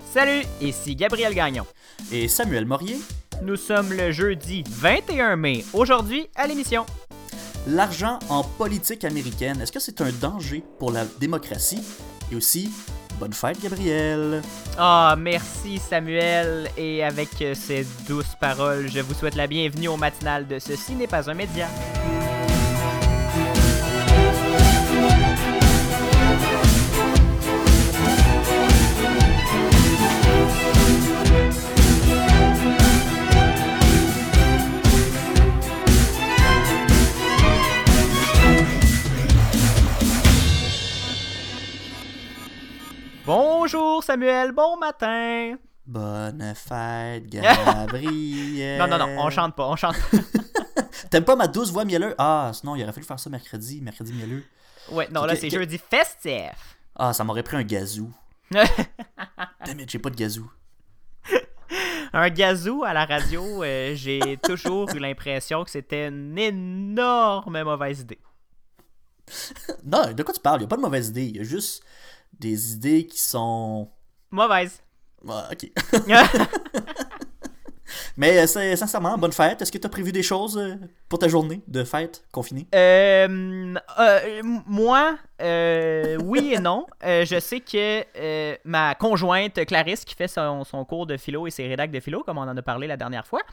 Salut, ici Gabriel Gagnon. Et Samuel Morier. Nous sommes le jeudi 21 mai. Aujourd'hui, à l'émission. L'argent en politique américaine, est-ce que c'est un danger pour la démocratie? Et aussi, bonne fête Gabriel. Ah, merci Samuel. Et avec ces douces paroles, je vous souhaite la bienvenue au matinal de Ceci n'est pas un média. Bonjour Samuel, bon matin. Bonne fête Gabriel. Non, on chante pas. T'aimes pas ma douce voix mielleuse? Ah, sinon il aurait fallu faire ça mercredi mielleux. Ouais, non, là c'est jeudi festif. Ah, ça m'aurait pris un gazou. Damn it, j'ai pas de gazou. Un gazou à la radio, j'ai toujours eu l'impression que c'était une énorme mauvaise idée. Non, de quoi tu parles? Il y a pas de mauvaise idée. Il y a juste des idées qui sont... Mauvaise. Ah, ok. Mais sincèrement, bonne fête. Est-ce que tu as prévu des choses pour ta journée de fête confinée? Moi, oui et non. Je sais que ma conjointe Clarisse, qui fait son cours de philo et ses rédacs de philo, comme on en a parlé la dernière fois,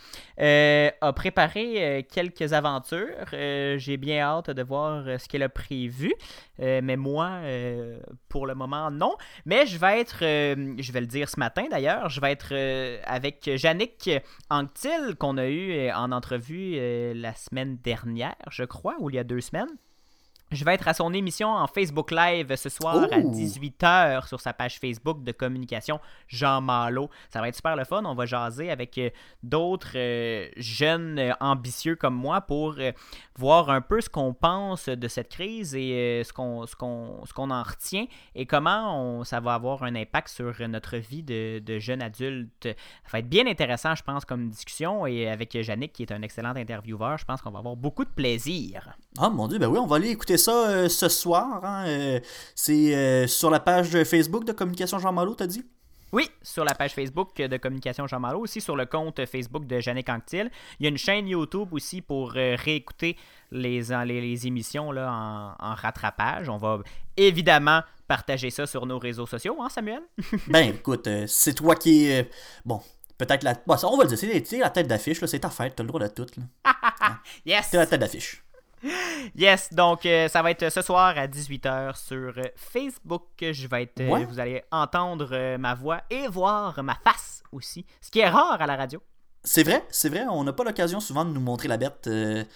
a préparé quelques aventures. J'ai bien hâte de voir ce qu'elle a prévu. Mais moi, pour le moment, non. Mais je vais être, je vais le dire ce matin d'ailleurs, je vais être avec Yannick Anctil, qu'on a eu en entrevue la semaine dernière, je crois, ou il y a 2 semaines. Je vais être à son émission en Facebook Live ce soir à 18h sur sa page Facebook de communication Jean Malo. Ça va être super le fun. On va jaser avec d'autres jeunes ambitieux comme moi pour voir un peu ce qu'on pense de cette crise et ce qu'on en retient et comment ça va avoir un impact sur notre vie de jeunes adultes. Ça va être bien intéressant, je pense, comme discussion, et avec Yannick, qui est un excellent intervieweur, je pense qu'on va avoir beaucoup de plaisir. Ah mon Dieu, ben oui, on va aller écouter ça ce soir. Hein. C'est sur la page Facebook de Communication Jean Malo, t'as dit? Oui, sur la page Facebook de Communication Jean Malo, aussi sur le compte Facebook de Yannick Anctil. Il y a une chaîne YouTube aussi pour réécouter les émissions là, en rattrapage. On va évidemment partager ça sur nos réseaux sociaux, hein, Samuel? Ben écoute, c'est toi qui est... bon, peut-être la... Bon, ça, on va le dire, c'est la tête d'affiche, là, c'est ta fête, t'as le droit de tout. Là. Hein? Yes! C'est la tête d'affiche. Yes, donc ça va être ce soir à 18h sur Facebook. Je vais être, vous allez entendre ma voix et voir ma face aussi, ce qui est rare à la radio. C'est vrai, on n'a pas l'occasion souvent de nous montrer la bête,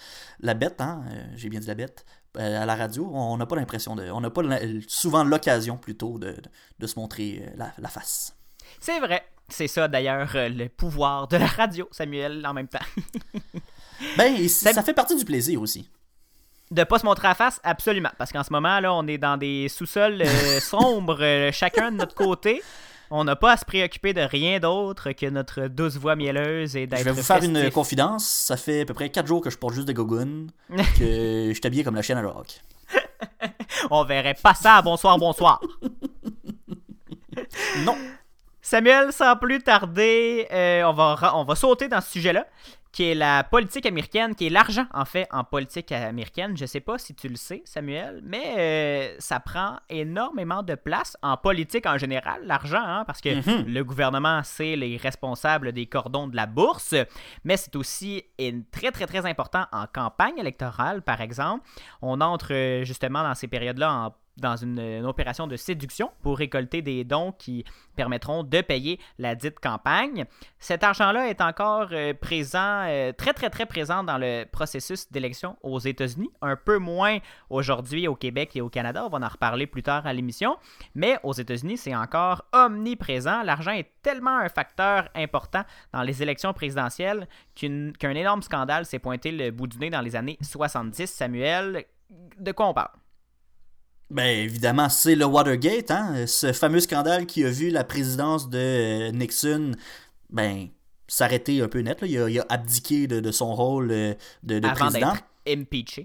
hein, j'ai bien dit la bête, à la radio. On n'a pas l'impression on n'a pas souvent l'occasion plutôt de se montrer la face. C'est vrai, c'est ça d'ailleurs le pouvoir de la radio, Samuel, en même temps. Ben, ça fait partie du plaisir aussi. De pas se montrer la face, absolument. Parce qu'en ce moment, là, on est dans des sous-sols sombres, chacun de notre côté. On n'a pas à se préoccuper de rien d'autre que notre douce voix mielleuse et d'être Je vais vous faire une confidence. Ça fait à peu près 4 jours que je porte juste des gogoons, que je suis habillé comme la chienne à le rock. On verrait pas ça. Bonsoir. Non. Samuel, sans plus tarder, on va sauter dans ce sujet-là, qui est la politique américaine, qui est l'argent, en fait, en politique américaine. Je sais pas si tu le sais, Samuel, mais ça prend énormément de place en politique en général, l'argent, hein, parce que le gouvernement, c'est les responsables des cordons de la bourse, mais c'est aussi très, très, très important en campagne électorale, par exemple. On entre justement dans ces périodes-là dans une opération de séduction pour récolter des dons qui permettront de payer la dite campagne. Cet argent-là est encore présent, très, très, très présent dans le processus d'élection aux États-Unis, un peu moins aujourd'hui au Québec et au Canada, on va en reparler plus tard à l'émission, mais aux États-Unis, c'est encore omniprésent. L'argent est tellement un facteur important dans les élections présidentielles qu'un énorme scandale s'est pointé le bout du nez dans les années 70. Samuel, de quoi on parle? Ben évidemment, c'est le Watergate, hein, ce fameux scandale qui a vu la présidence de Nixon s'arrêter un peu net. Là. Il a abdiqué de son rôle de avant président. D'être impeaché.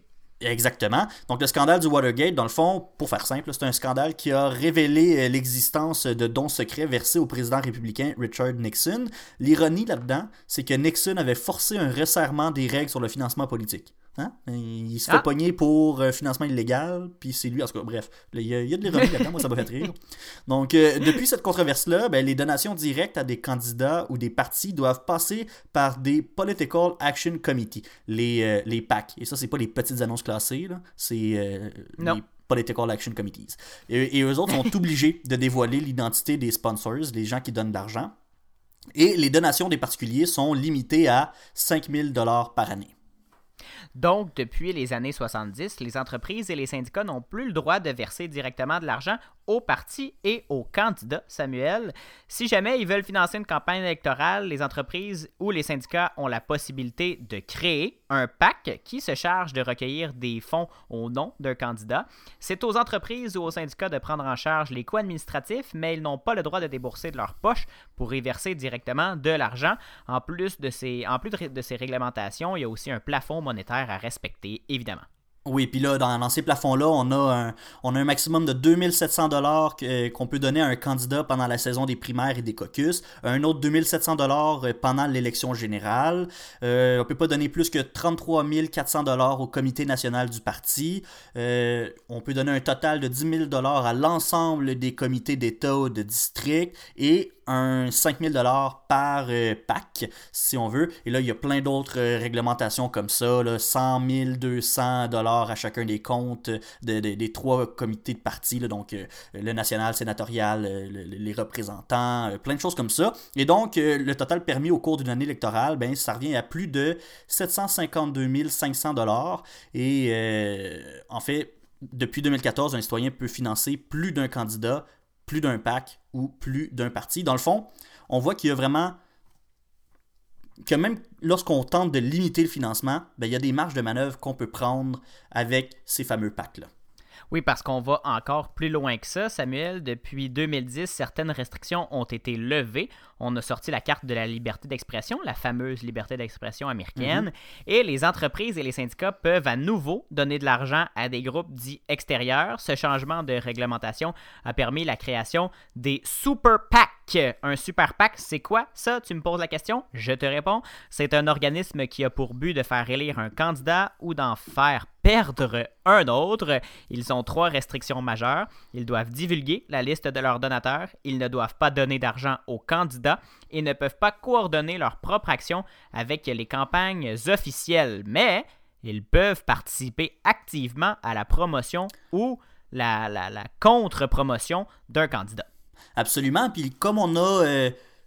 Exactement. Donc, le scandale du Watergate, dans le fond, pour faire simple, c'est un scandale qui a révélé l'existence de dons secrets versés au président républicain Richard Nixon. L'ironie là-dedans, c'est que Nixon avait forcé un resserrement des règles sur le financement politique. Hein? Il se fait pogner pour financement illégal, puis c'est lui, en tout cas, bref, il y a de l'ironie là-dedans, moi ça m'a fait rire. Donc, depuis cette controverse-là, les donations directes à des candidats ou des partis doivent passer par des Political Action Committee, les PAC. Et ça, c'est pas les petites annonces classées, là, c'est les Political Action Committees. Et eux autres sont obligés de dévoiler l'identité des sponsors, les gens qui donnent de l'argent, et les donations des particuliers sont limitées à 5 000 $ par année. Donc, depuis les années 70, les entreprises et les syndicats n'ont plus le droit de verser directement de l'argent aux partis et aux candidats, Samuel. Si jamais ils veulent financer une campagne électorale, les entreprises ou les syndicats ont la possibilité de créer un PAC qui se charge de recueillir des fonds au nom d'un candidat. C'est aux entreprises ou aux syndicats de prendre en charge les coûts administratifs, mais ils n'ont pas le droit de débourser de leur poche pour y verser directement de l'argent. En plus de ces réglementations, il y a aussi un plafond monétaire à respecter, évidemment. Oui, puis là, dans ces plafonds-là, on a un maximum de 2700 $ qu'on peut donner à un candidat pendant la saison des primaires et des caucus, un autre 2700 $ pendant l'élection générale. On peut pas donner plus que 33 400 $ au comité national du parti. On peut donner un total de 10 000 $ à l'ensemble des comités d'État ou de district et un 5 000 $ par PAC, si on veut. Et là, il y a plein d'autres réglementations comme ça, là, 100 200 $ à chacun des comptes des 3 comités de parti, là, donc le national, sénatorial, les représentants, plein de choses comme ça. Et donc, le total permis au cours d'une année électorale, ça revient à plus de 752 500 $. Et en fait, depuis 2014, un citoyen peut financer plus d'un candidat, plus d'un PAC ou plus d'un parti. Dans le fond, on voit qu'il y a vraiment que même lorsqu'on tente de limiter le financement, il y a des marges de manœuvre qu'on peut prendre avec ces fameux PAC-là. Oui, parce qu'on va encore plus loin que ça, Samuel. Depuis 2010, certaines restrictions ont été levées. On a sorti la carte de la liberté d'expression, la fameuse liberté d'expression américaine. Et les entreprises et les syndicats peuvent à nouveau donner de l'argent à des groupes dits extérieurs. Ce changement de réglementation a permis la création des Super PAC. Un Super PAC, c'est quoi ça? Tu me poses la question? Je te réponds. C'est un organisme qui a pour but de faire élire un candidat ou d'en faire perdre un autre. Ils ont 3 restrictions majeures. Ils doivent divulguer la liste de leurs donateurs. Ils ne doivent pas donner d'argent aux candidats et ne peuvent pas coordonner leurs propres actions avec les campagnes officielles. Mais ils peuvent participer activement à la promotion ou la contre-promotion d'un candidat. Absolument. Puis comme on a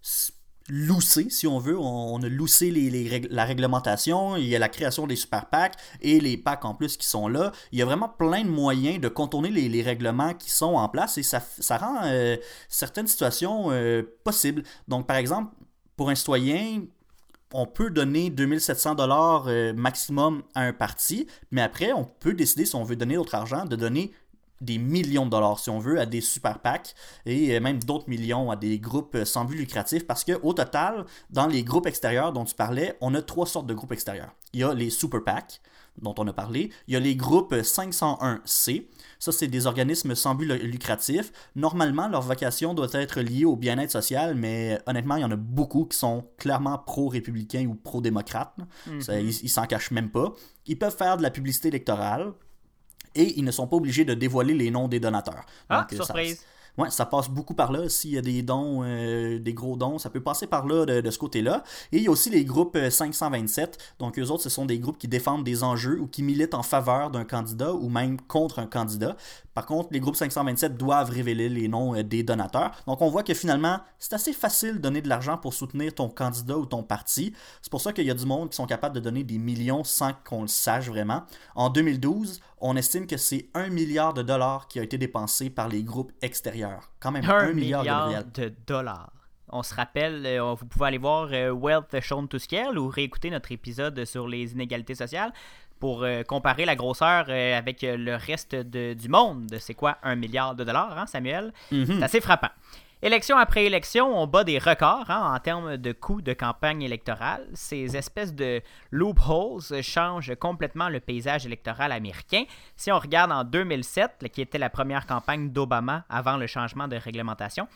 loussé, si on veut, on a loussé la réglementation, il y a la création des super PAC et les PAC en plus qui sont là. Il y a vraiment plein de moyens de contourner les règlements qui sont en place et ça rend certaines situations possibles. Donc par exemple, pour un citoyen, on peut donner 2700 $ maximum à un parti, mais après on peut décider si on veut donner d'autre argent, de donner des millions de dollars, si on veut, à des super PAC et même d'autres millions à des groupes sans but lucratif parce qu'au total, dans les groupes extérieurs dont tu parlais, on a 3 sortes de groupes extérieurs. Il y a les super PAC, dont on a parlé. Il y a les groupes 501C. Ça, c'est des organismes sans but lucratif. Normalement, leur vocation doit être liée au bien-être social, mais honnêtement, il y en a beaucoup qui sont clairement pro-républicains ou pro-démocrates. Ils s'en cachent même pas. Ils peuvent faire de la publicité électorale. Et ils ne sont pas obligés de dévoiler les noms des donateurs. Donc, surprise! Ça passe beaucoup par là. S'il y a des dons, des gros dons, ça peut passer par là de ce côté-là. Et il y a aussi les groupes 527. Donc, eux autres, ce sont des groupes qui défendent des enjeux ou qui militent en faveur d'un candidat ou même contre un candidat. Par contre, les groupes 527 doivent révéler les noms des donateurs. Donc, on voit que finalement, c'est assez facile de donner de l'argent pour soutenir ton candidat ou ton parti. C'est pour ça qu'il y a du monde qui sont capables de donner des millions sans qu'on le sache vraiment. En 2012, on estime que c'est 1 milliard de dollars qui a été dépensé par les groupes extérieurs. Quand même 1 milliard de dollars. On se rappelle, vous pouvez aller voir Wealth Shown to Scale ou réécouter notre épisode sur les inégalités sociales pour comparer la grosseur avec le reste du monde. C'est quoi 1 milliard de dollars, hein, Samuel? C'est assez frappant. Élection après élection, on bat des records en termes de coûts de campagne électorale. Ces espèces de loopholes changent complètement le paysage électoral américain. Si on regarde en 2007, qui était la première campagne d'Obama avant le changement de réglementation,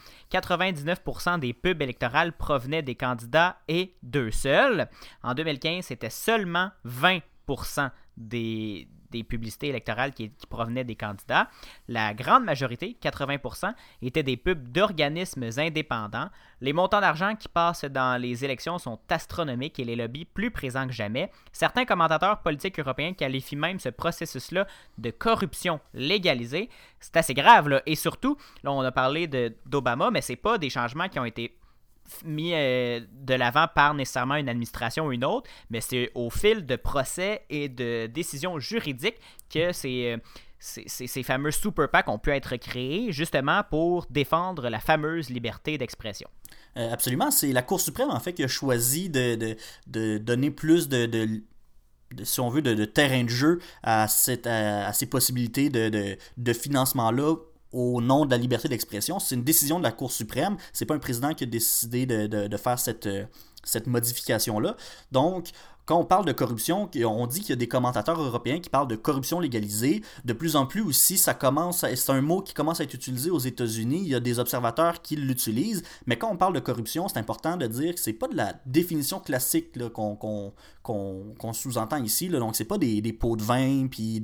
99% des pubs électorales provenaient des candidats et d'eux seuls. En 2015, c'était seulement 20% des publicités électorales qui provenaient des candidats. La grande majorité, 80%, étaient des pubs d'organismes indépendants. Les montants d'argent qui passent dans les élections sont astronomiques et les lobbies plus présents que jamais. Certains commentateurs politiques européens qualifient même ce processus-là de corruption légalisée. C'est assez grave, là. Et surtout, là, on a parlé d'Obama, mais c'est pas des changements qui ont été mis de l'avant par nécessairement une administration ou une autre, mais c'est au fil de procès et de décisions juridiques que ces fameux super PAC ont pu être créés justement pour défendre la fameuse liberté d'expression. Absolument, c'est la Cour suprême en fait qui a choisi de donner plus si on veut, de terrain de jeu à ces possibilités de financement-là au nom de la liberté d'expression. C'est une décision de la Cour suprême. C'est pas un président qui a décidé de faire cette modification-là. Donc, quand on parle de corruption, on dit qu'il y a des commentateurs européens qui parlent de corruption légalisée. De plus en plus aussi, c'est un mot qui commence à être utilisé aux États-Unis. Il y a des observateurs qui l'utilisent. Mais quand on parle de corruption, c'est important de dire que c'est pas de la définition classique là, qu'on sous-entend ici. Là. Donc, c'est pas des pots de vin, puis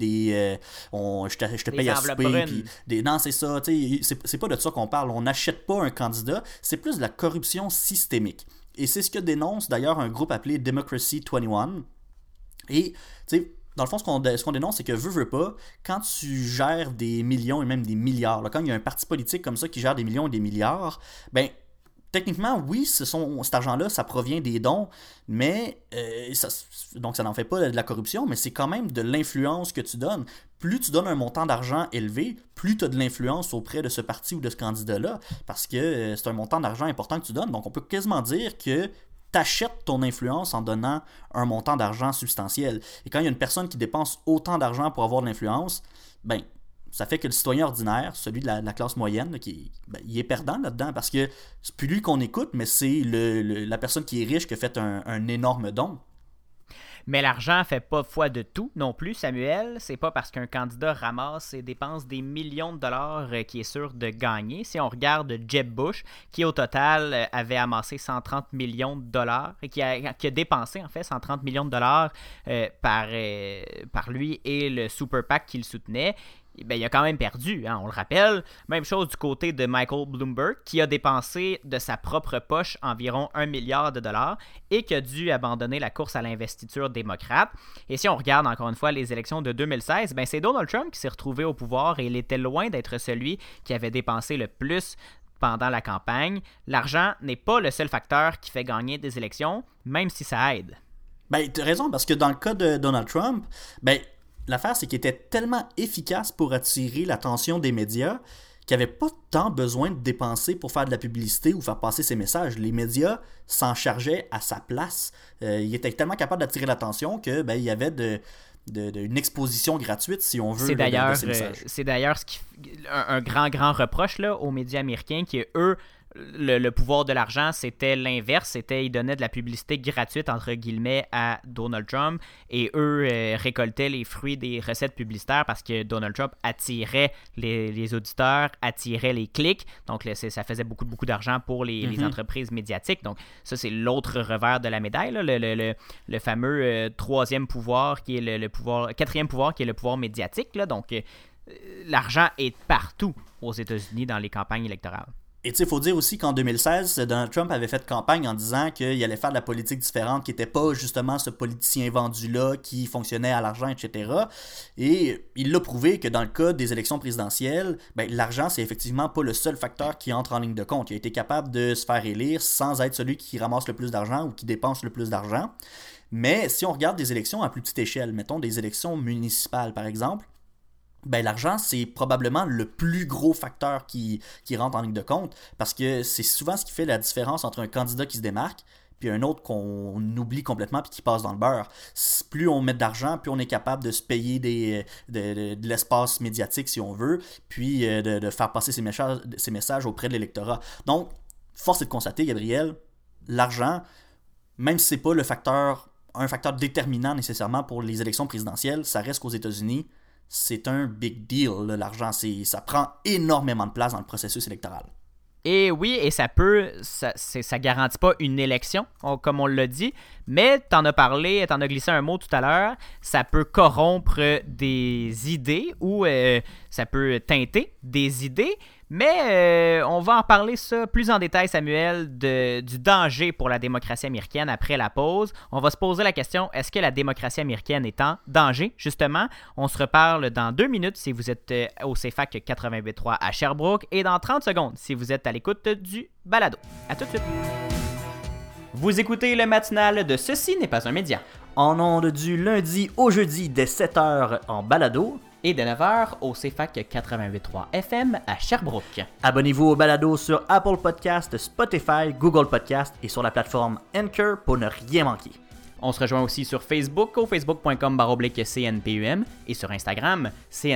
je te paye à souper. Non, c'est ça. C'est pas de ça qu'on parle. On n'achète pas un candidat. C'est plus de la corruption systémique. Et c'est ce que dénonce d'ailleurs un groupe appelé Democracy 21. Et, tu sais, dans le fond, ce qu'on dénonce, c'est que veux pas, quand tu gères des millions et même des milliards, là, quand il y a un parti politique comme ça qui gère des millions et des milliards, ben, techniquement, oui, cet argent-là, ça provient des dons, mais donc ça n'en fait pas de la corruption, mais c'est quand même de l'influence que tu donnes. Plus tu donnes un montant d'argent élevé, plus tu as de l'influence auprès de ce parti ou de ce candidat-là, parce que c'est un montant d'argent important que tu donnes. Donc on peut quasiment dire que tu achètes ton influence en donnant un montant d'argent substantiel. Et quand il y a une personne qui dépense autant d'argent pour avoir de l'influence, ben ça fait que le citoyen ordinaire, celui de la classe moyenne, il est perdant là-dedans parce que c'est plus lui qu'on écoute, mais c'est la personne qui est riche qui a fait un énorme don. Mais l'argent fait pas foi de tout non plus, Samuel. C'est pas parce qu'un candidat ramasse et dépense des millions de dollars qu'il est sûr de gagner. Si on regarde Jeb Bush, qui au total avait amassé 130 millions de dollars et qui a dépensé en fait 130 millions de dollars par lui et le Super PAC qu'il soutenait, ben, il a quand même perdu, on le rappelle. Même chose du côté de Michael Bloomberg, qui a dépensé de sa propre poche environ 1 milliard de dollars et qui a dû abandonner la course à l'investiture démocrate. Et si on regarde encore une fois les élections de 2016, ben, c'est Donald Trump qui s'est retrouvé au pouvoir et il était loin d'être celui qui avait dépensé le plus pendant la campagne. L'argent n'est pas le seul facteur qui fait gagner des élections, même si ça aide. Ben, tu as raison, parce que dans le cas de Donald Trump, ben, l'affaire, c'est qu'il était tellement efficace pour attirer l'attention des médias qu'il n'avait pas tant besoin de dépenser pour faire de la publicité ou faire passer ses messages. Les médias s'en chargeaient à sa place. Il était tellement capable d'attirer l'attention que il y avait une exposition gratuite, si on veut, de ses messages. C'est d'ailleurs un grand reproche là, aux médias américains qui, eux, le pouvoir de l'argent, c'était l'inverse. Ils donnaient de la publicité gratuite, entre guillemets, à Donald Trump. Et eux récoltaient les fruits des recettes publicitaires parce que Donald Trump attirait les auditeurs, attirait les clics. Donc, ça faisait beaucoup d'argent pour les entreprises médiatiques. Donc, ça, c'est l'autre revers de la médaille. Là, le fameux troisième pouvoir, qui est quatrième pouvoir, qui est le pouvoir médiatique. Là. Donc, l'argent est partout aux États-Unis dans les campagnes électorales. Et tu sais, il faut dire aussi qu'en 2016, Donald Trump avait fait campagne en disant qu'il allait faire de la politique différente, qui n'était pas justement ce politicien vendu-là qui fonctionnait à l'argent, etc. Et il l'a prouvé que dans le cas des élections présidentielles, ben, l'argent, c'est effectivement pas le seul facteur qui entre en ligne de compte. Il a été capable de se faire élire sans être celui qui ramasse le plus d'argent ou qui dépense le plus d'argent. Mais si on regarde des élections à plus petite échelle, mettons des élections municipales par exemple, ben, l'argent, c'est probablement le plus gros facteur qui rentre en ligne de compte parce que c'est souvent ce qui fait la différence entre un candidat qui se démarque puis un autre qu'on oublie complètement puis qui passe dans le beurre. Plus on met d'argent, plus on est capable de se payer de l'espace médiatique, si on veut, puis de faire passer ces messages auprès de l'électorat. Donc, force est de constater, Gabriel, l'argent, même si c'est pas un facteur déterminant nécessairement pour les élections présidentielles, ça reste qu'aux États-Unis, c'est un big deal, là, l'argent. Ça prend énormément de place dans le processus électoral. Et oui, et ça garantit pas une élection, comme on l'a dit, mais t'en as glissé un mot tout à l'heure, ça peut corrompre des idées ou ça peut teinter des idées, mais on va en parler ça plus en détail, Samuel, du danger pour la démocratie américaine après la pause. On va se poser la question, est-ce que la démocratie américaine est en danger? Justement, on se reparle dans 2 minutes si vous êtes au CFAC 88.3 à Sherbrooke et dans 30 secondes si vous êtes à l'écoute du balado. À tout de suite! Vous écoutez le matinal de Ceci n'est pas un média. En ondes du lundi au jeudi dès 7h en balado et de 9h au CFAC 88.3 FM à Sherbrooke. Abonnez-vous au balado sur Apple Podcast, Spotify, Google Podcast et sur la plateforme Anchor pour ne rien manquer. On se rejoint aussi sur Facebook au facebook.com/CNPUM et sur Instagram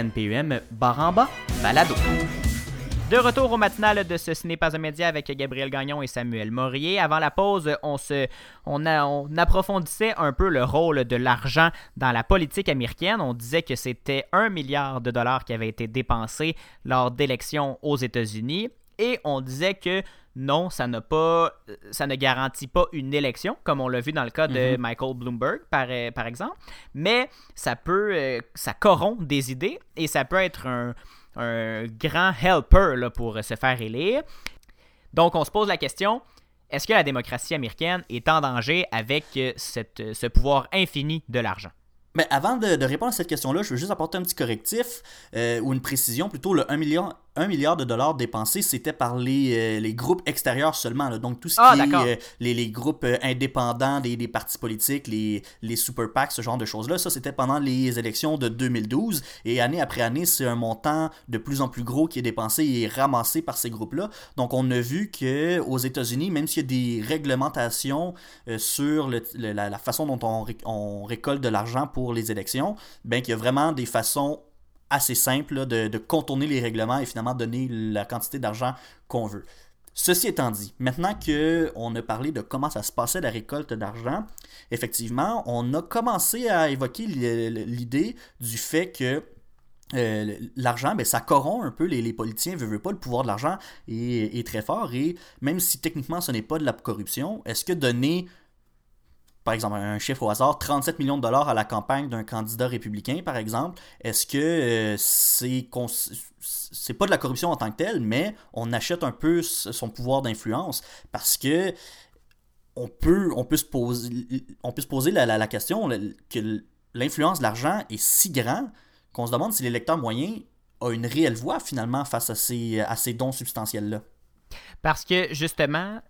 CNPUM_balado. De retour au matinal de Ce n'est pas un média avec Gabriel Gagnon et Samuel Morier. Avant la pause, on approfondissait un peu le rôle de l'argent dans la politique américaine. On disait que c'était 1 milliard de dollars qui avait été dépensé lors d'élections aux États-Unis. Et on disait que non, ça ne garantit pas une élection, comme on l'a vu dans le cas de Michael Bloomberg, par exemple. Mais ça corrompt des idées et ça peut être un grand helper là, pour se faire élire. Donc, on se pose la question, est-ce que la démocratie américaine est en danger avec ce pouvoir infini de l'argent? Mais avant de répondre à cette question-là, je veux juste apporter un petit correctif ou une précision. Plutôt, le 1 milliard de dollars dépensés, c'était par les groupes extérieurs seulement. Là. Donc, tout ce qui est les groupes indépendants des partis politiques, les super PAC, ce genre de choses-là, ça, c'était pendant les élections de 2012. Et année après année, c'est un montant de plus en plus gros qui est dépensé et ramassé par ces groupes-là. Donc, on a vu qu'aux États-Unis, même s'il y a des réglementations sur la façon dont on récolte de l'argent pour les élections, bien qu'il y a vraiment des façons assez simples là, de contourner les règlements et finalement donner la quantité d'argent qu'on veut. Ceci étant dit, maintenant qu'on a parlé de comment ça se passait la récolte d'argent, effectivement, on a commencé à évoquer l'idée du fait que l'argent, ben, ça corrompt un peu les politiciens, veut pas, le pouvoir de l'argent est très fort et même si techniquement ce n'est pas de la corruption, est-ce que donner par exemple, un chiffre au hasard, 37 millions de dollars à la campagne d'un candidat républicain, par exemple, est-ce que c'est pas de la corruption en tant que telle, mais on achète un peu son pouvoir d'influence parce que on peut se poser la question que l'influence de l'argent est si grande qu'on se demande si l'électeur moyen a une réelle voix finalement face à ces dons substantiels-là. Parce que justement,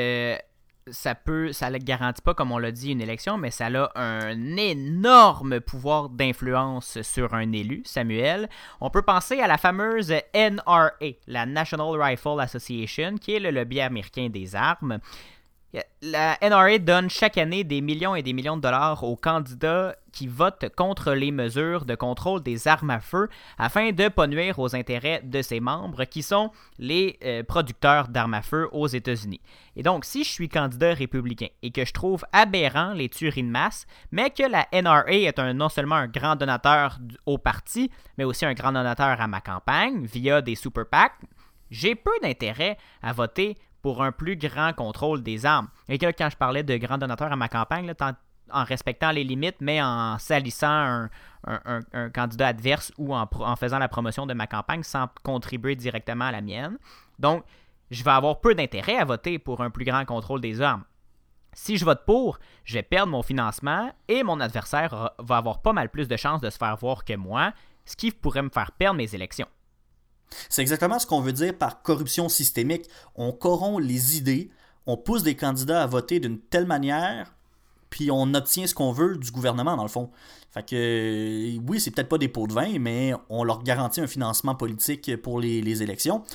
ça ne garantit pas, comme on l'a dit, une élection, mais ça a un énorme pouvoir d'influence sur un élu, Samuel. On peut penser à la fameuse NRA, la National Rifle Association, qui est le lobby américain des armes. La NRA donne chaque année des millions et des millions de dollars aux candidats qui votent contre les mesures de contrôle des armes à feu afin de ne pas nuire aux intérêts de ses membres qui sont les producteurs d'armes à feu aux États-Unis. Et donc, si je suis candidat républicain et que je trouve aberrant les tueries de masse, mais que la NRA est non seulement un grand donateur au parti, mais aussi un grand donateur à ma campagne via des super PAC, j'ai peu d'intérêt à voter pour un plus grand contrôle des armes. Et que quand je parlais de grands donateurs à ma campagne, là, en respectant les limites, mais en salissant un candidat adverse ou en faisant la promotion de ma campagne sans contribuer directement à la mienne. Donc, je vais avoir peu d'intérêt à voter pour un plus grand contrôle des armes. Si je vote pour, je vais perdre mon financement et mon adversaire va avoir pas mal plus de chances de se faire voir que moi, ce qui pourrait me faire perdre mes élections. C'est exactement ce qu'on veut dire par corruption systémique. On corrompt les idées, on pousse des candidats à voter d'une telle manière, puis on obtient ce qu'on veut du gouvernement, dans le fond. Fait que, oui, c'est peut-être pas des pots de vin, mais on leur garantit un financement politique pour les élections.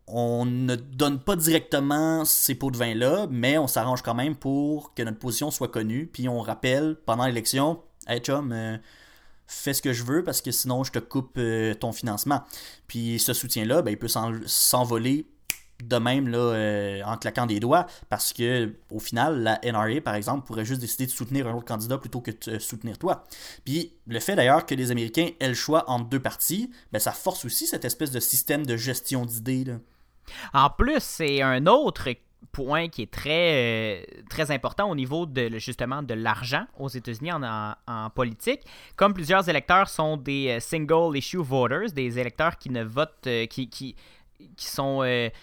on ne donne pas directement ces pots de vin-là, mais on s'arrange quand même pour que notre position soit connue, puis on rappelle pendant l'élection, « Hey chum, fais ce que je veux parce que sinon je te coupe ton financement. » Puis ce soutien-là, ben, il peut s'envoler de même là, en claquant des doigts, parce que au final, la NRA, par exemple, pourrait juste décider de soutenir un autre candidat plutôt que de soutenir toi. Puis le fait d'ailleurs que les Américains aient le choix entre deux partis, ben, ça force aussi cette espèce de système de gestion d'idées, là. En plus, c'est un autre point qui est très important au niveau de justement de l'argent aux États-Unis en politique. Comme plusieurs électeurs sont des single issue voters, des électeurs qui ne votent, qui sont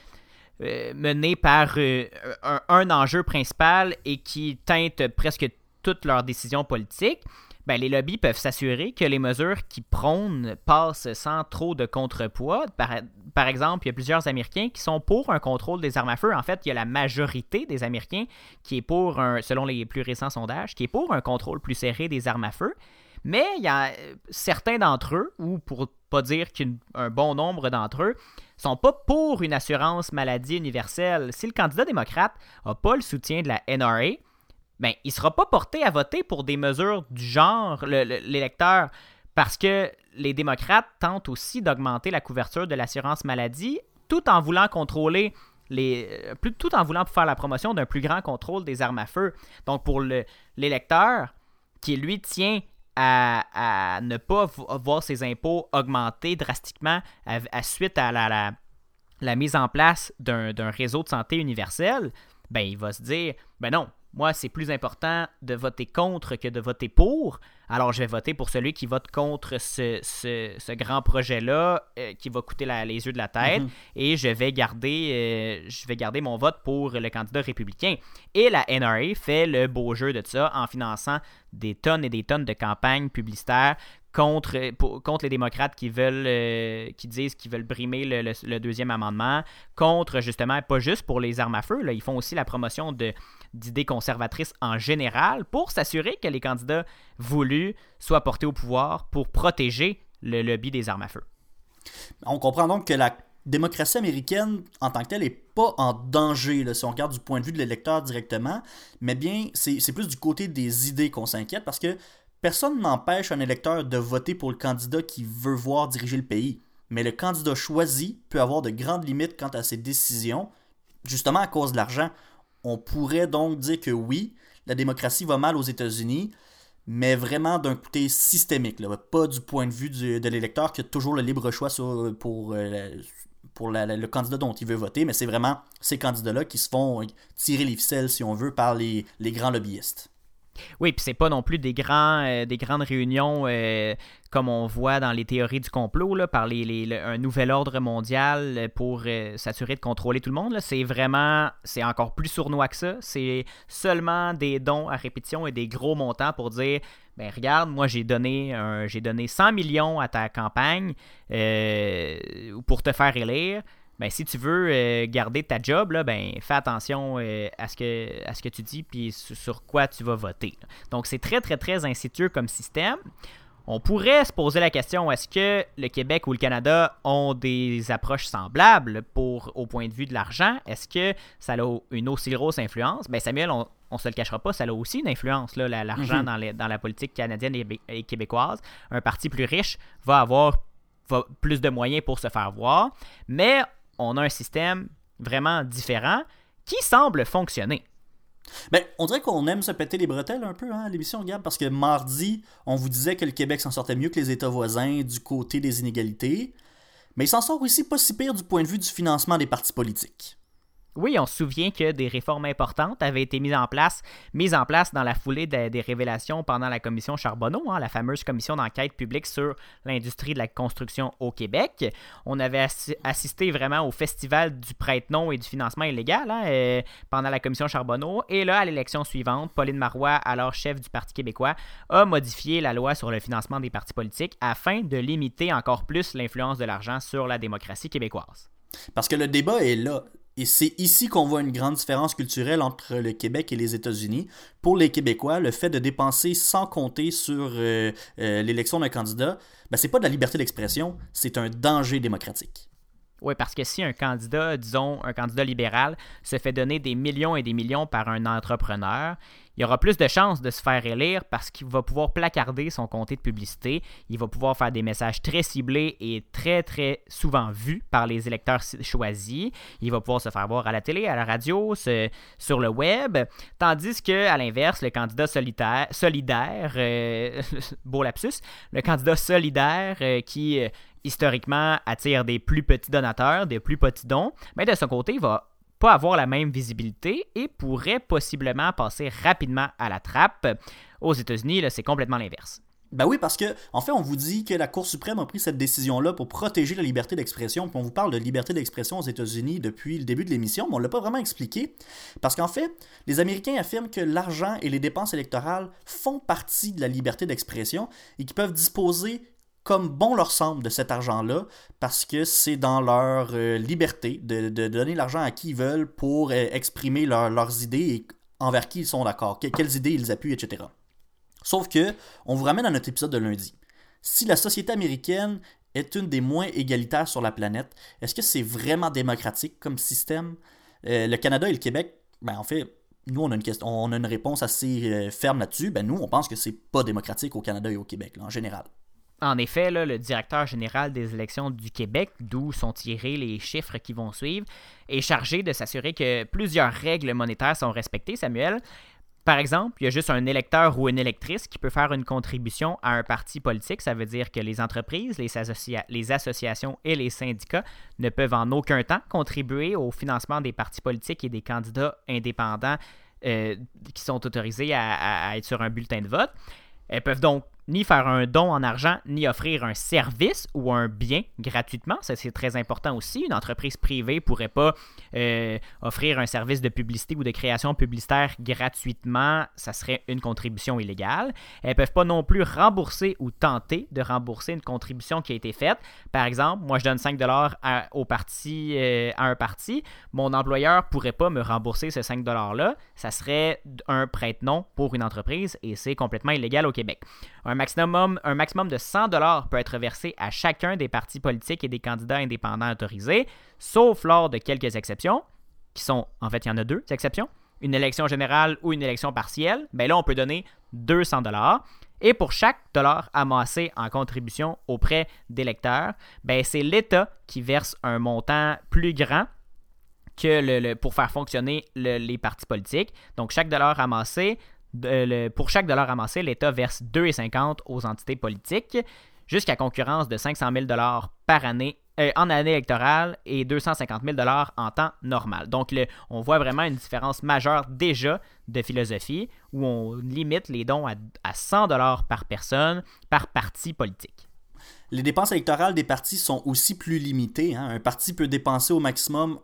menés par un enjeu principal et qui teintent presque toutes leurs décisions politiques, ben, les lobbies peuvent s'assurer que les mesures qu'ils prônent passent sans trop de contrepoids. Par exemple, il y a plusieurs Américains qui sont pour un contrôle des armes à feu. En fait, il y a la majorité des Américains qui est pour, selon les plus récents sondages, qui est pour un contrôle plus serré des armes à feu. Mais il y a certains d'entre eux, ou pour pas dire qu'un bon nombre d'entre eux, sont pas pour une assurance maladie universelle. Si le candidat démocrate n'a pas le soutien de la NRA, ben, il ne sera pas porté à voter pour des mesures du genre, l'électeur, parce que les démocrates tentent aussi d'augmenter la couverture de l'assurance maladie tout en voulant contrôler tout en voulant faire la promotion d'un plus grand contrôle des armes à feu. Donc pour l'électeur qui lui tient à ne pas voir ses impôts augmenter drastiquement à suite à la mise en place d'un réseau de santé universel, ben, il va se dire, ben non, moi, c'est plus important de voter contre que de voter pour. Alors, je vais voter pour celui qui vote contre ce grand projet-là qui va coûter les yeux de la tête. Mm-hmm. Et je vais garder mon vote pour le candidat républicain. Et la NRA fait le beau jeu de ça en finançant des tonnes et des tonnes de campagnes publicitaires contre les démocrates qui disent qu'ils veulent brimer le deuxième amendement, contre justement, pas juste pour les armes à feu, là, ils font aussi la promotion d'idées conservatrices en général pour s'assurer que les candidats voulus soient portés au pouvoir pour protéger le lobby des armes à feu. On comprend donc que la démocratie américaine, en tant que telle, n'est pas en danger, là, si on regarde du point de vue de l'électeur directement, mais bien, c'est plus du côté des idées qu'on s'inquiète, parce que personne n'empêche un électeur de voter pour le candidat qui veut voir diriger le pays. Mais le candidat choisi peut avoir de grandes limites quant à ses décisions, justement à cause de l'argent. On pourrait donc dire que oui, la démocratie va mal aux États-Unis, mais vraiment d'un côté systémique, là, pas du point de vue de l'électeur qui a toujours le libre choix pour le candidat dont il veut voter, mais c'est vraiment ces candidats-là qui se font tirer les ficelles, si on veut, par les grands lobbyistes. Oui, puis c'est pas non plus des grandes réunions comme on voit dans les théories du complot, là, par un nouvel ordre mondial pour s'assurer de contrôler tout le monde. Là. C'est encore plus sournois que ça. C'est seulement des dons à répétition et des gros montants pour dire, ben regarde, moi j'ai donné 100 millions à ta campagne pour te faire élire. Ben, si tu veux garder ta job, là, ben, fais attention à ce que tu dis puis sur quoi tu vas voter. Donc, c'est très, très, très insidieux comme système. On pourrait se poser la question, est-ce que le Québec ou le Canada ont des approches semblables au point de vue de l'argent? Est-ce que ça a une aussi grosse influence? Ben, Samuel, on ne se le cachera pas, ça a aussi une influence, là, l'argent dans la politique canadienne et québécoise. Un parti plus riche va avoir plus de moyens pour se faire voir, mais on a un système vraiment différent qui semble fonctionner. Ben, on dirait qu'on aime se péter les bretelles un peu, hein, à l'émission, Gab, parce que mardi, on vous disait que le Québec s'en sortait mieux que les États voisins du côté des inégalités, mais il s'en sort aussi pas si pire du point de vue du financement des partis politiques. Oui, on se souvient que des réformes importantes avaient été mises en place dans la foulée des révélations pendant la commission Charbonneau, hein, la fameuse commission d'enquête publique sur l'industrie de la construction au Québec. On avait assisté vraiment au festival du prête-nom et du financement illégal pendant la commission Charbonneau. Et là, à l'élection suivante, Pauline Marois, alors chef du Parti québécois, a modifié la loi sur le financement des partis politiques afin de limiter encore plus l'influence de l'argent sur la démocratie québécoise. Parce que le débat est là. Et c'est ici qu'on voit une grande différence culturelle entre le Québec et les États-Unis. Pour les Québécois, le fait de dépenser sans compter sur l'élection d'un candidat, ben c'est pas de la liberté d'expression, c'est un danger démocratique. Oui, parce que si un candidat, disons un candidat libéral, se fait donner des millions et des millions par un entrepreneur, il aura plus de chances de se faire élire parce qu'il va pouvoir placarder son comté de publicité. Il va pouvoir faire des messages très ciblés et très, très souvent vus par les électeurs choisis. Il va pouvoir se faire voir à la télé, à la radio, sur le web. Tandis qu'à l'inverse, le candidat solidaire beau lapsus, le candidat solidaire qui historiquement attire des plus petits donateurs, des plus petits dons, mais de son côté, il va pas avoir la même visibilité et pourrait possiblement passer rapidement à la trappe. Aux États-Unis, là, c'est complètement l'inverse. Ben oui, parce que, en fait, on vous dit que la Cour suprême a pris cette décision-là pour protéger la liberté d'expression. Puis on vous parle de liberté d'expression aux États-Unis depuis le début de l'émission, mais on ne l'a pas vraiment expliqué. Parce qu'en fait, les Américains affirment que l'argent et les dépenses électorales font partie de la liberté d'expression et qu'ils peuvent disposer comme bon leur semble de cet argent-là, parce que c'est dans leur liberté de donner l'argent à qui ils veulent pour exprimer leurs idées et envers qui ils sont d'accord, quelles idées ils appuient, etc. Sauf que, on vous ramène à notre épisode de lundi. Si la société américaine est une des moins égalitaires sur la planète, est-ce que c'est vraiment démocratique comme système? Le Canada et le Québec, ben en fait, nous on a une réponse assez ferme là-dessus. Ben nous, on pense que c'est pas démocratique au Canada et au Québec, là, en général. En effet, là, le directeur général des élections du Québec, d'où sont tirés les chiffres qui vont suivre, est chargé de s'assurer que plusieurs règles monétaires sont respectées, Samuel. Par exemple, il y a juste un électeur ou une électrice qui peut faire une contribution à un parti politique. Ça veut dire que les entreprises, les associations et les syndicats ne peuvent en aucun temps contribuer au financement des partis politiques et des candidats indépendants qui sont autorisés à être sur un bulletin de vote. Elles peuvent donc ni faire un don en argent, ni offrir un service ou un bien gratuitement. Ça, c'est très important aussi. Une entreprise privée ne pourrait pas offrir un service de publicité ou de création publicitaire gratuitement. Ça serait une contribution illégale. Elles ne peuvent pas non plus rembourser ou tenter de rembourser une contribution qui a été faite. Par exemple, moi, je donne 5 $ à un parti. Mon employeur ne pourrait pas me rembourser ce 5 $-là. Ça serait un prête-nom pour une entreprise et c'est complètement illégal au Québec. Un maximum de 100 $ peut être versé à chacun des partis politiques et des candidats indépendants autorisés, sauf lors de quelques exceptions, qui sont, en fait, il y en a 2 exceptions, une élection générale ou une élection partielle. Bien là, on peut donner 200 $. Et pour chaque dollar amassé en contribution auprès d'électeurs, ben c'est l'État qui verse un montant plus grand que pour faire fonctionner les partis politiques. Donc, chaque dollar amassé, pour chaque dollar amassé, l'État verse 2,50 $ aux entités politiques, jusqu'à concurrence de 500 000 $ par année en année électorale et 250 000 $ en temps normal. Donc, on voit vraiment une différence majeure déjà de philosophie où on limite les dons à 100 $ par personne, par parti politique. Les dépenses électorales des partis sont aussi plus limitées. Un parti peut dépenser au maximum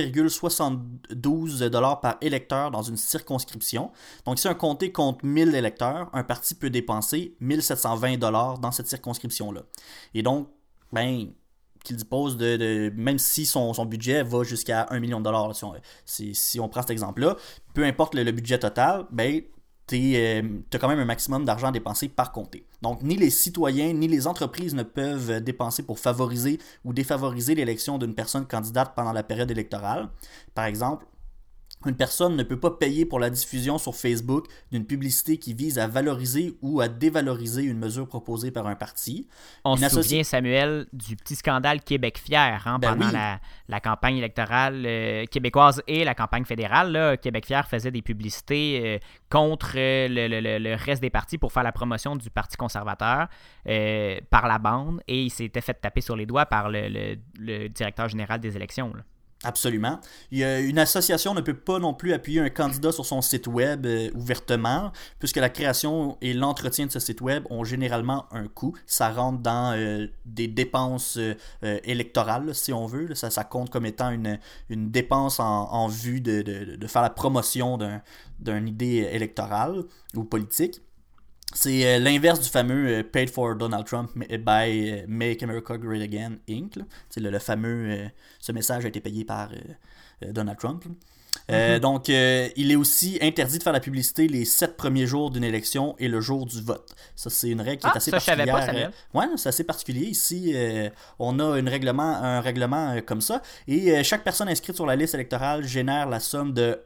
1,72 $ par électeur dans une circonscription. Donc, si un comté compte 1000 électeurs, un parti peut dépenser 1720 $ dans cette circonscription-là. Et donc, qu'il dispose même si son budget va jusqu'à 1 million de dollars, si on prend cet exemple-là, peu importe le budget total, tu as quand même un maximum d'argent dépensé par comté. Donc, ni les citoyens, ni les entreprises ne peuvent dépenser pour favoriser ou défavoriser l'élection d'une personne candidate pendant la période électorale. Par exemple, une personne ne peut pas payer pour la diffusion sur Facebook d'une publicité qui vise à valoriser ou à dévaloriser une mesure proposée par un parti. On se souvient, Samuel, du petit scandale Québec fier pendant la campagne électorale québécoise et la campagne fédérale. Là, Québec fier faisait des publicités contre le reste des partis pour faire la promotion du Parti conservateur par la bande et il s'était fait taper sur les doigts par le directeur général des élections. Là. Absolument. Une association ne peut pas non plus appuyer un candidat sur son site web ouvertement, puisque la création et l'entretien de ce site web ont généralement un coût. Ça rentre dans des dépenses électorales, si on veut. Ça compte comme étant une dépense en vue de faire la promotion d'une idée électorale ou politique. C'est l'inverse du fameux Paid for Donald Trump by Make America Great Again, Inc. Le fameux, ce message a été payé par Donald Trump. Donc, il est aussi interdit de faire la publicité les 7 premiers jours d'une élection et le jour du vote. Ça, c'est une règle qui est assez particulière. Je savais pas, Samuel. Ouais, c'est assez particulier. Ici, on a un règlement comme ça. Et chaque personne inscrite sur la liste électorale génère la somme de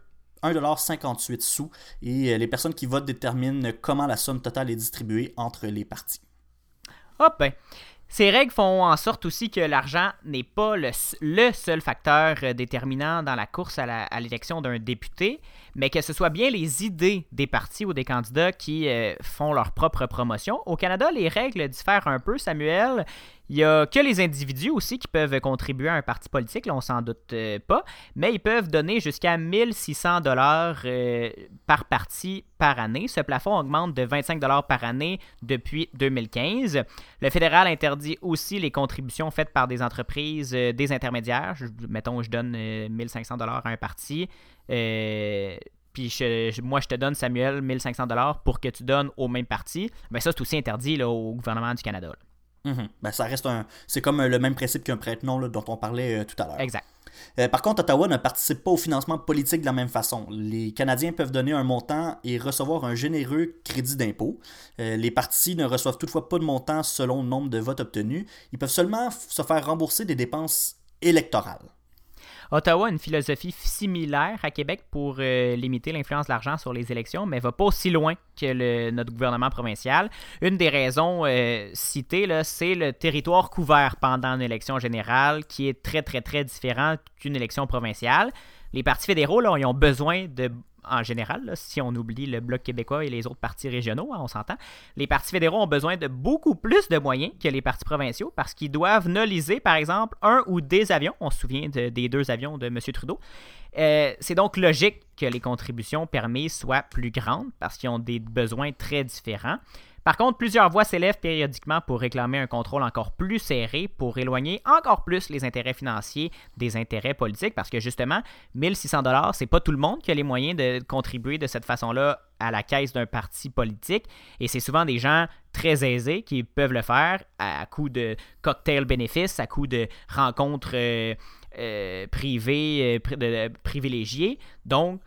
1,58 sous. Et les personnes qui votent déterminent comment la somme totale est distribuée entre les partis. Hop, ben. Ces règles font en sorte aussi que l'argent n'est pas le seul facteur déterminant dans la course à l'élection d'un député, mais que ce soit bien les idées des partis ou des candidats qui font leur propre promotion. Au Canada, les règles diffèrent un peu, Samuel. Il n'y a que les individus aussi qui peuvent contribuer à un parti politique, là, on s'en doute pas, mais ils peuvent donner jusqu'à 1600 $ par parti par année. Ce plafond augmente de 25 $ par année depuis 2015. Le fédéral interdit aussi les contributions faites par des entreprises, des intermédiaires. Mettons, je donne 1500 $ à un parti. Puis moi, je te donne, Samuel, 1500 $ pour que tu donnes au même parti. Ben ça, c'est aussi interdit là, au gouvernement du Canada. Ben, ça reste c'est comme le même principe qu'un prête-nom dont on parlait tout à l'heure. Exact. Par contre, Ottawa ne participe pas au financement politique de la même façon. Les Canadiens peuvent donner un montant et recevoir un généreux crédit d'impôt. Les partis ne reçoivent toutefois pas de montant selon le nombre de votes obtenus. Ils peuvent seulement se faire rembourser des dépenses électorales. Ottawa a une philosophie similaire à Québec pour limiter l'influence de l'argent sur les élections, mais ne va pas aussi loin que notre gouvernement provincial. Une des raisons citées, là, c'est le territoire couvert pendant une élection générale qui est très, très, très différent qu'une élection provinciale. Les partis fédéraux, là, ils ont besoin de... En général, là, si on oublie le Bloc québécois et les autres partis régionaux, hein, on s'entend, les partis fédéraux ont besoin de beaucoup plus de moyens que les partis provinciaux parce qu'ils doivent noliser, par exemple, un ou des avions. On se souvient des 2 avions de M. Trudeau. C'est donc logique que les contributions permises soient plus grandes parce qu'ils ont des besoins très différents. Par contre, plusieurs voix s'élèvent périodiquement pour réclamer un contrôle encore plus serré pour éloigner encore plus les intérêts financiers des intérêts politiques parce que justement, 1600 $, c'est pas tout le monde qui a les moyens de contribuer de cette façon-là à la caisse d'un parti politique et c'est souvent des gens très aisés qui peuvent le faire à coup de cocktail bénéfices, à coup de rencontres privées, privilégiées. Donc,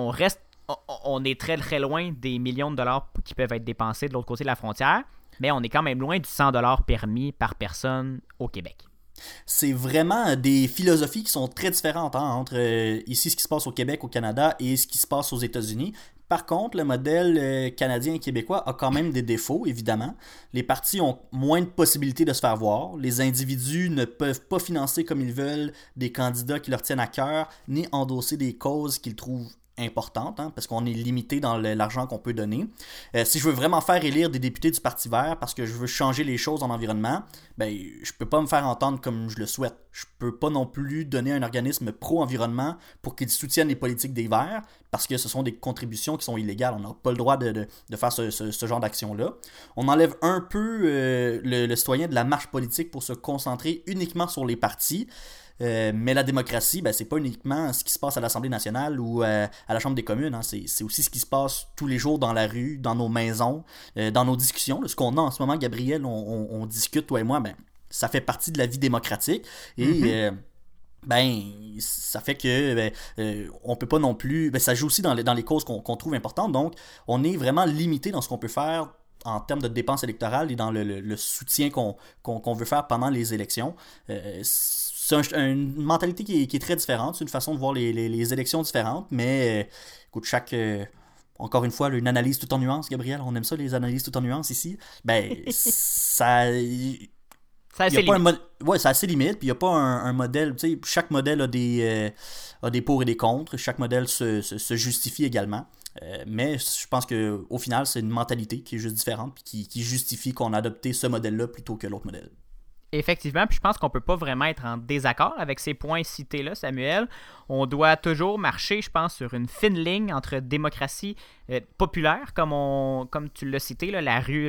on est très très loin des millions de dollars qui peuvent être dépensés de l'autre côté de la frontière, mais on est quand même loin du 100 $ permis par personne au Québec. C'est vraiment des philosophies qui sont très différentes entre ici ce qui se passe au Québec, au Canada et ce qui se passe aux États-Unis. Par contre, le modèle canadien et québécois a quand même des défauts, évidemment. Les partis ont moins de possibilités de se faire voir. Les individus ne peuvent pas financer comme ils veulent des candidats qui leur tiennent à cœur, ni endosser des causes qu'ils trouvent importante, hein, parce qu'on est limité dans l'argent qu'on peut donner. Si je veux vraiment faire élire des députés du Parti vert parce que je veux changer les choses en environnement, ben, je peux pas me faire entendre comme je le souhaite. Je peux pas non plus donner un organisme pro-environnement pour qu'il soutienne les politiques des Verts parce que ce sont des contributions qui sont illégales. On n'a pas le droit de faire ce genre d'action-là. On enlève un peu le citoyen de la marche politique pour se concentrer uniquement sur les partis. Mais la démocratie, ben, c'est pas uniquement ce qui se passe à l'Assemblée nationale ou à la Chambre des communes. Hein. C'est aussi ce qui se passe tous les jours dans la rue, dans nos maisons, dans nos discussions. Là, ce qu'on a en ce moment, Gabriel, on discute, toi et moi, ben, ça fait partie de la vie démocratique. Et ben, ça fait que on peut pas non plus... Ben, ça joue aussi dans les causes qu'on trouve importantes. Donc, on est vraiment limité dans ce qu'on peut faire en termes de dépenses électorales et dans le soutien qu'on veut faire pendant les élections. C'est une mentalité qui est très différente. C'est une façon de voir les élections différentes. Mais écoute, encore une fois, une analyse tout en nuances, Gabriel. On aime ça, les analyses tout en nuances ici. Ben, ça... Ça a ses limites. Ouais, c'est assez limite. Puis il n'y a pas un modèle. Tu sais, chaque modèle a des pour et des contre. Chaque modèle se justifie également. Mais je pense qu'au final, c'est une mentalité qui est juste différente puis qui justifie qu'on a adopté ce modèle-là plutôt que l'autre modèle. Effectivement, puis je pense qu'on peut pas vraiment être en désaccord avec ces points cités-là, Samuel. On doit toujours marcher, je pense, sur une fine ligne entre démocratie populaire, comme tu l'as cité, là, la rue,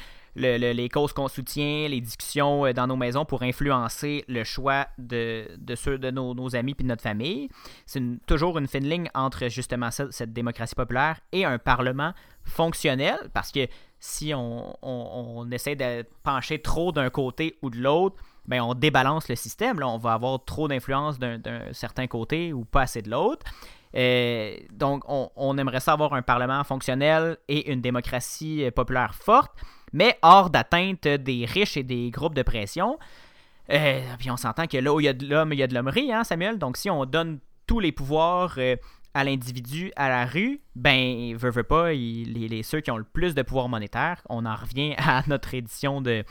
les causes qu'on soutient, les discussions dans nos maisons pour influencer le choix de ceux de nos amis et de notre famille. C'est toujours une fine ligne entre justement cette démocratie populaire et un parlement fonctionnel, parce que si on essaie de pencher trop d'un côté ou de l'autre, ben on débalance le système. Là, on va avoir trop d'influence d'un certain côté ou pas assez de l'autre. Donc, on aimerait ça avoir un parlement fonctionnel et une démocratie populaire forte, mais hors d'atteinte des riches et des groupes de pression. Puis on s'entend que là où il y a de l'homme, il y a de l'hommerie, hein, Samuel? Donc, si on donne tous les pouvoirs à l'individu, à la rue, ben, veut pas, ceux qui ont le plus de pouvoir monétaire, on en revient à notre édition de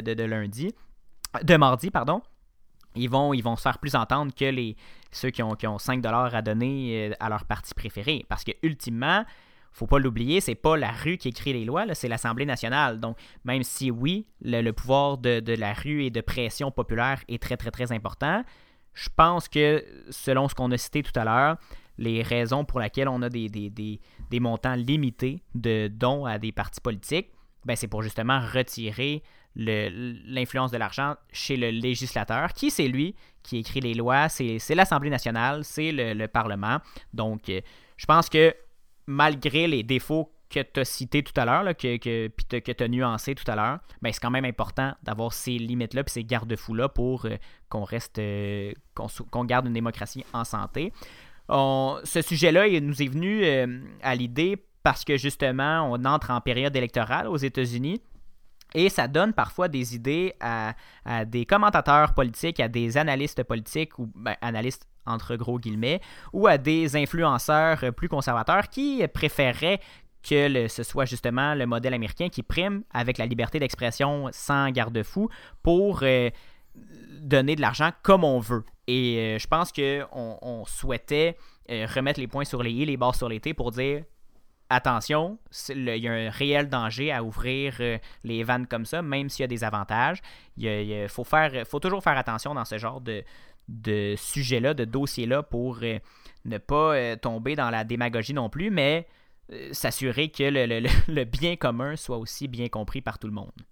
mardi, pardon. Ils vont se faire plus entendre que ceux qui ont 5$ à donner à leur parti préféré. Parce que ultimement, faut pas l'oublier, c'est pas la rue qui écrit les lois, là, c'est l'Assemblée nationale. Donc, même si oui, le pouvoir de la rue et de pression populaire est très, très, très important, je pense que, selon ce qu'on a cité tout à l'heure, les raisons pour lesquelles on a des montants limités de dons à des partis politiques, ben c'est pour justement retirer l'influence de l'argent chez le législateur, qui c'est lui qui écrit les lois, c'est l'Assemblée nationale, c'est le Parlement. Donc, je pense que malgré les défauts que tu as cités tout à l'heure, là, que tu as nuancés tout à l'heure, ben, c'est quand même important d'avoir ces limites-là et ces garde-fous-là pour qu'on garde une démocratie en santé. Ce sujet-là, il nous est venu à l'idée parce que justement, on entre en période électorale aux États-Unis. Et ça donne parfois des idées à des commentateurs politiques, à des analystes politiques, ou analystes entre gros guillemets, ou à des influenceurs plus conservateurs qui préféreraient que ce soit justement le modèle américain qui prime avec la liberté d'expression sans garde-fou pour donner de l'argent comme on veut. Et je pense qu'on souhaitait remettre les points sur les i, les barres sur les t pour dire attention, il y a un réel danger à ouvrir les vannes comme ça, même s'il y a des avantages. Il faut toujours faire attention dans ce genre de sujet-là, de dossier-là, pour ne pas tomber dans la démagogie non plus, mais s'assurer que le bien commun soit aussi bien compris par tout le monde.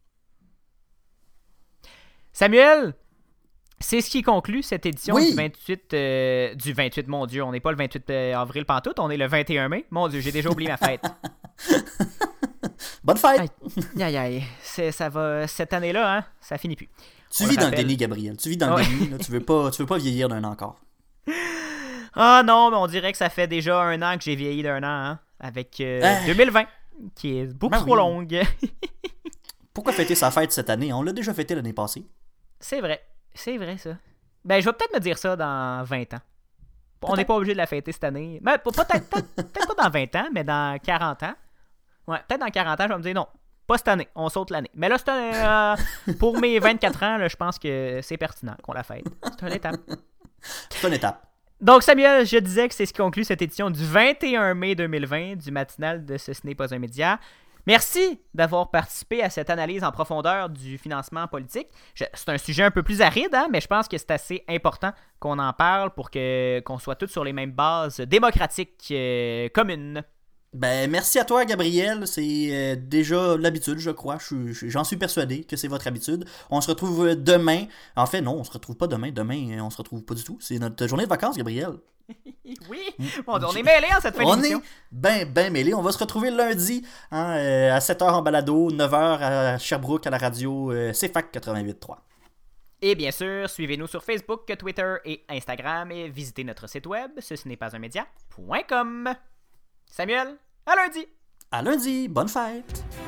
Samuel, c'est ce qui conclut cette édition du 28, mon Dieu, on n'est pas le 28 avril pantoute, on est le 21 mai. Mon Dieu, j'ai déjà oublié ma fête. Bonne fête! Aïe, ça va, cette année-là, hein, ça finit plus. Tu vis dans le déni, Gabriel. Tu vis dans le déni, là, tu veux pas vieillir d'un an encore. Ah non, mais on dirait que ça fait déjà un an que j'ai vieilli d'un an, hein, avec 2020, qui est beaucoup trop longue. Pourquoi fêter sa fête cette année? On l'a déjà fêté l'année passée. C'est vrai ça. Ben, je vais peut-être me dire ça dans 20 ans. On n'est pas obligé de la fêter cette année. Mais peut-être pas dans 20 ans, mais dans 40 ans. Ouais, peut-être dans 40 ans, je vais me dire non, pas cette année, on saute l'année. Mais là, pour mes 24 ans, là, je pense que c'est pertinent qu'on la fête. C'est une étape. C'est une étape. Donc, Samuel, je disais que c'est ce qui conclut cette édition du 21 mai 2020 du matinal de Ce n'est pas un média. Merci d'avoir participé à cette analyse en profondeur du financement politique. C'est un sujet un peu plus aride, hein, mais je pense que c'est assez important qu'on en parle pour qu'on soit tous sur les mêmes bases démocratiques communes. Ben, merci à toi, Gabriel. C'est déjà l'habitude, je crois. J'en suis persuadé que c'est votre habitude. On se retrouve demain. En fait, non, on se retrouve pas demain. Demain, on se retrouve pas du tout. C'est notre journée de vacances, Gabriel. Oui, bon, on est mêlés en cette fin d'émission. On est ben mêlés. On va se retrouver lundi à 7h en balado, 9h à Sherbrooke à la radio CFAC 88.3. Et bien sûr, suivez-nous sur Facebook, Twitter et Instagram et visitez notre site web, ceci n'est pas un média.com. Samuel, à lundi! À lundi, bonne fête!